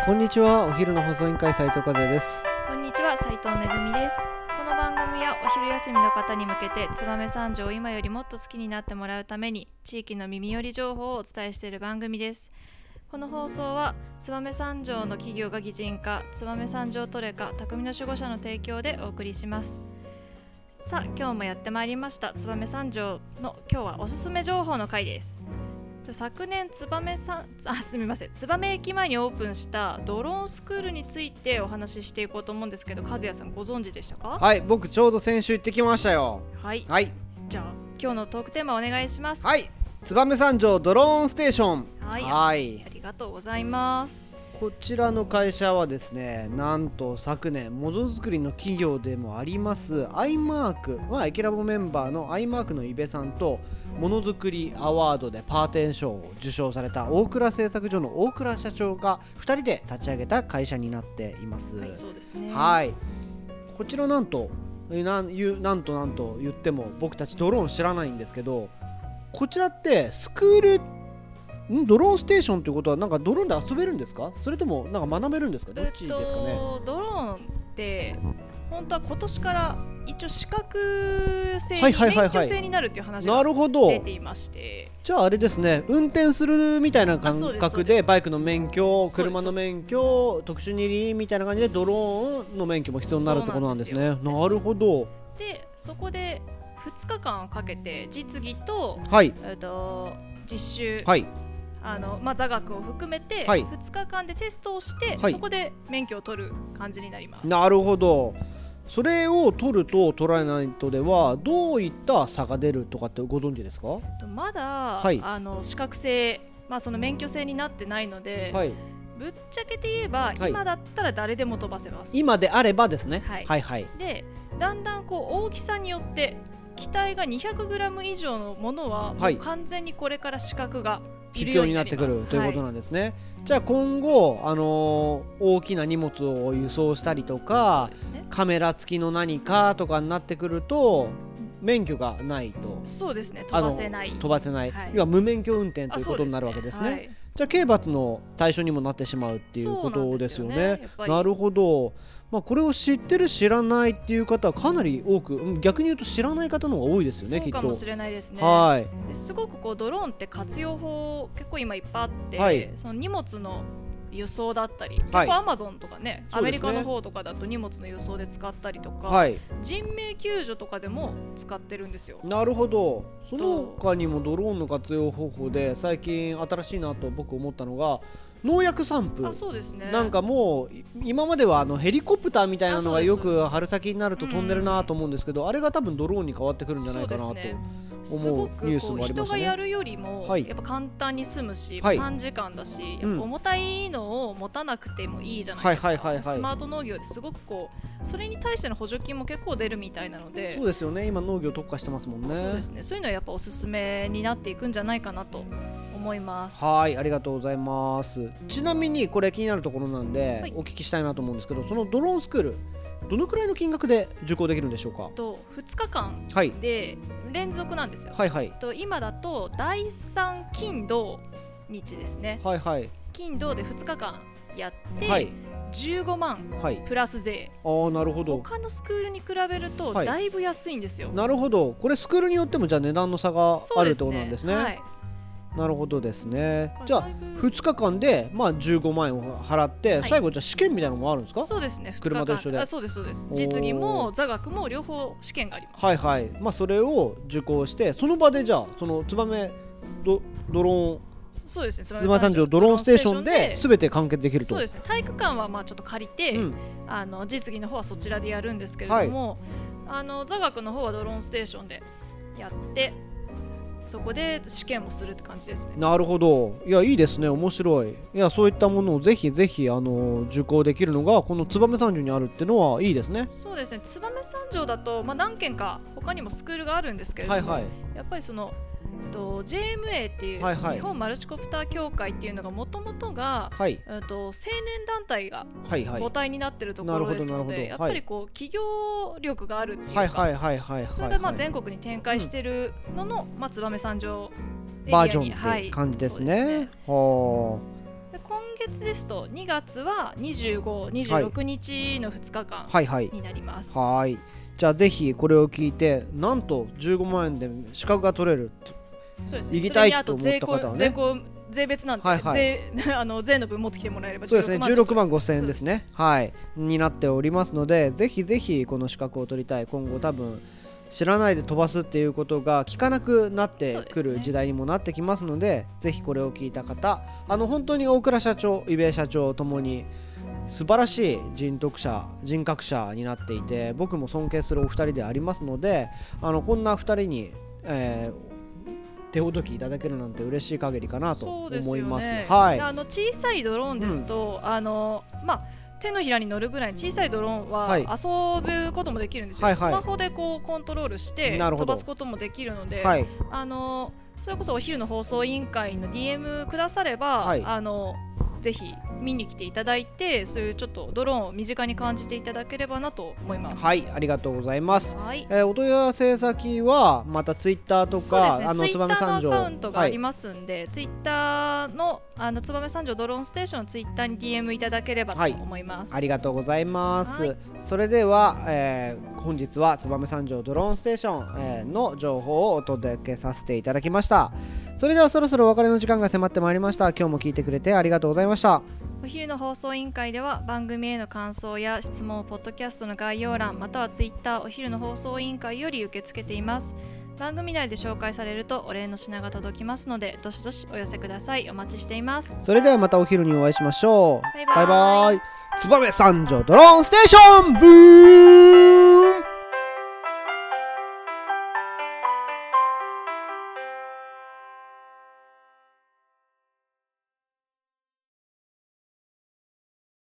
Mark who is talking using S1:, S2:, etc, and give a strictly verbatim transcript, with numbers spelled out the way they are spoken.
S1: こんにちは。お昼の放送委員会斉藤和也です。
S2: こんにちは、斉藤めぐみです。この番組はお昼休みの方に向けて燕三条を今よりもっと好きになってもらうために地域の耳寄り情報をお伝えしている番組です。この放送は燕三条の企業が擬人化、燕三条トレカ、匠の守護者の提供でお送りします。さあ、今日もやってまいりました燕三条の今日はおすすめ情報の回です。昨年燕さあすみません燕駅前にオープンしたドローンスクールについてお話ししていこうと思うんですけど、和也さんご存知でしたか？
S1: はい、僕ちょうど先週行ってきましたよ。
S2: はい、
S1: はい、
S2: じゃあ今日のトークテーマお願いします。
S1: はい、燕三条ドローンステーション。
S2: はい、
S1: はい、
S2: ありがとうございます。
S1: こちらの会社はですね、なんと昨年ものづくりの企業でもありますアイマーク、まあ、エキラボメンバーのアイマークの伊部さんとものづくりアワードでパーテン賞を受賞された大倉製作所の大倉社長がふたりで立ち上げた会社になっています。
S2: はい、そうですね。
S1: はい、こちらなんとなんゆなんとなんと言っても僕たちドローン知らないんですけど、こちらってスクールんドローンステーションということはなんかドローンで遊べるんですか？それともなんか学べるんですか？どっちですかね？
S2: えっと、ドローンって本当は今年から一応資格制に、はいはいはいはい、免許制になるっていう話が出ていまして、
S1: じゃああれですね、運転するみたいな感覚でバイクの免許、車の免許、特殊二輪みたいな感じでドローンの免許も必要になるってことなんですね。なるほど。
S2: でそこでふつかかんかけて実技と、
S1: はい、
S2: えっと、実習、
S1: はい、
S2: あのまあ、座学を含めてふつかかんでテストをして、はい、そこで免許を取る感じになります。
S1: なるほど。それを取ると取らないとではどういった差が出るとかってご存知ですか？
S2: まだ、はい、あの資格制、まあ、その免許制になってないので、はい、ぶっちゃけて言えば、はい、今だったら誰でも飛ばせます。
S1: 今であればですね、
S2: はい、
S1: はいはい。
S2: でだんだんこう大きさによって機体が にひゃくグラム 以上のものは、はい、もう完全にこれから資格が
S1: 必要になってくるということなんですね。はい、じゃあ今後、あのー、大きな荷物を輸送したりとか、ね、カメラ付きの何かとかになってくると免許がないと、
S2: そうですね、飛ばせない
S1: 飛ばせない、はい、要は無免許運転ということになるわけですね。はい、じゃあ刑罰の対象にもなってしまうっていうことですよね。なるほど。まあ、これを知ってる知らないっていう方はかなり多く、逆に言うと知らない方の方が多いですよね。
S2: そうかもしれないですね。
S1: はい、
S2: ですごくこうドローンって活用法結構今いっぱいあって、はい、その荷物の輸送だったり、はい、結構アマゾンとか ね, ねアメリカの方とかだと荷物の輸送で使ったりとか、はい、人命救助とかでも使ってるんですよ。
S1: なるほど。その他にもドローンの活用方法で最近新しいなと僕思ったのが農薬散布。
S2: あ、そうですね。
S1: なんかもう今まではあのヘリコプターみたいなのがよく春先になると飛んでるなと思うんですけど、あれが多分ドローンに変わってくるんじゃないかなと思うニュースもありましたね。すごくこう人がやる
S2: よりもやっぱ簡単に済むし、
S1: はい、
S2: 短時間だし、やっぱ重たいのを持たなくてもいいじゃないですか。はいはいはいはい、スマート農業ですごくこうそれに対しての補助金も結構出るみたいなので。
S1: そうですよね。今農業特化してますもんね。
S2: そうですね。そういうのはやっぱおすすめになっていくんじゃないかなと思います。
S1: はい、ありがとうございます。ちなみにこれ気になるところなんで、はい、お聞きしたいなと思うんですけど、そのドローンスクールどのくらいの金額で受講できるんでしょうか？
S2: とふつかかんで連続なんですよ。
S1: はいはい、
S2: と今だとだいさん金土日ですね。
S1: はいはい、
S2: 金土でふつかかんやって、はい、じゅうごまんプラス税。
S1: ああ、なるほど。
S2: 他のスクールに比べるとだいぶ安いんですよ。はい、
S1: なるほど。これスクールによってもじゃあ値段の差があるってことなんですね。はい、なるほどですね。じゃあふつかかんで、まあ、じゅうごまんえんを払って、はい、最後じゃあ試験みたいなのもあるんですか？
S2: そうですね。
S1: 車と一緒で。
S2: あ、そうですそうです。実技も座学も両方試験があります。
S1: はいはい。まあ、それを受講してその場でじゃあその燕ドドローン
S2: そうですね、
S1: 燕三条ドローンステーションで全て完結できると。
S2: そうですね。体育館はまあちょっと借りて、うん、あの実技の方はそちらでやるんですけれども、はい、あの座学の方はドローンステーションでやってそこで試験もするって感じですね。
S1: なるほど。いや、いいですね。面白い。いや、そういったものをぜひぜひあの受講できるのがこの燕三条にあるっていうのはいいですね。
S2: そうですね。燕三条だと、まあ、何軒か他にもスクールがあるんですけれども、はいはい、やっぱりそのと ジェーエムエー っていう、はいはい、日本マルチコプター協会っていうのがもともとが、はい、と青年団体が母体になっているところですので、やっぱりこう企業力があるっていうか、それでまあ全国に展開しているのの、うん、まあ、燕三条エリアに
S1: バージョンって感じですね。
S2: はい、で今月ですとにがつはにじゅうご、にじゅうろくにちのふつかかんになります。
S1: はいはい、はい、じゃあぜひこれを聞いてなんとじゅうごまんえんで資格が取れる。
S2: そうですね、
S1: 行きたいと思った方はね、
S2: 税込税別なんで、はいはい、税, あの税の分持ってきてもらえれば
S1: そうですね、じゅうろくまんごせんえんですね、はいになっておりますので、ぜひぜひこの資格を取りたい。今後多分知らないで飛ばすっていうことが効かなくなってくる時代にもなってきますので、ね、ぜひこれを聞いた方、あの本当に大倉社長、伊部社長ともに素晴らしい人徳者、人格者になっていて、僕も尊敬するお二人でありますので、あのこんな二人に、えー手ほどきいただけるなんて嬉しい限りかなと思います。
S2: ね、
S1: はい、
S2: あの小さいドローンですと、うん、あのまあ手のひらに乗るぐらい小さいドローンは遊ぶこともできるんですよ、はいはい、スマホでこうコントロールして飛ばすこともできるので、はい、あのそれこそお昼の放送委員会の ディーエム くだされば、はい、あのぜひ見に来ていただいて、そういうちょっとドローンを身近に感じていただければなと思います。
S1: はい、ありがとうございます、はい、えー、お問い合わせ先はまたツイッターとか、
S2: ね、あのツイッターのアカウントがありますんで、はい、ツイッターのあの燕三条ドローンステーションのツイッターに ディーエム いただければと思います、
S1: はい、ありがとうございます、
S2: はい、
S1: それでは、えー、本日は燕三条ドローンステーション、えー、の情報をお届けさせていただきました。それではそろそろお別れの時間が迫ってまいりました。今日も聞いてくれてありがとうございました。
S2: お昼の放送委員会では番組への感想や質問をポッドキャストの概要欄またはツイッターお昼の放送委員会より受け付けています。番組内で紹介されるとお礼の品が届きますので、どしどしお寄せください。お待ちしています。
S1: それではまたお昼にお会いしましょう。
S2: バイバイ。
S1: バイバイ。燕三条ドローンステーションブー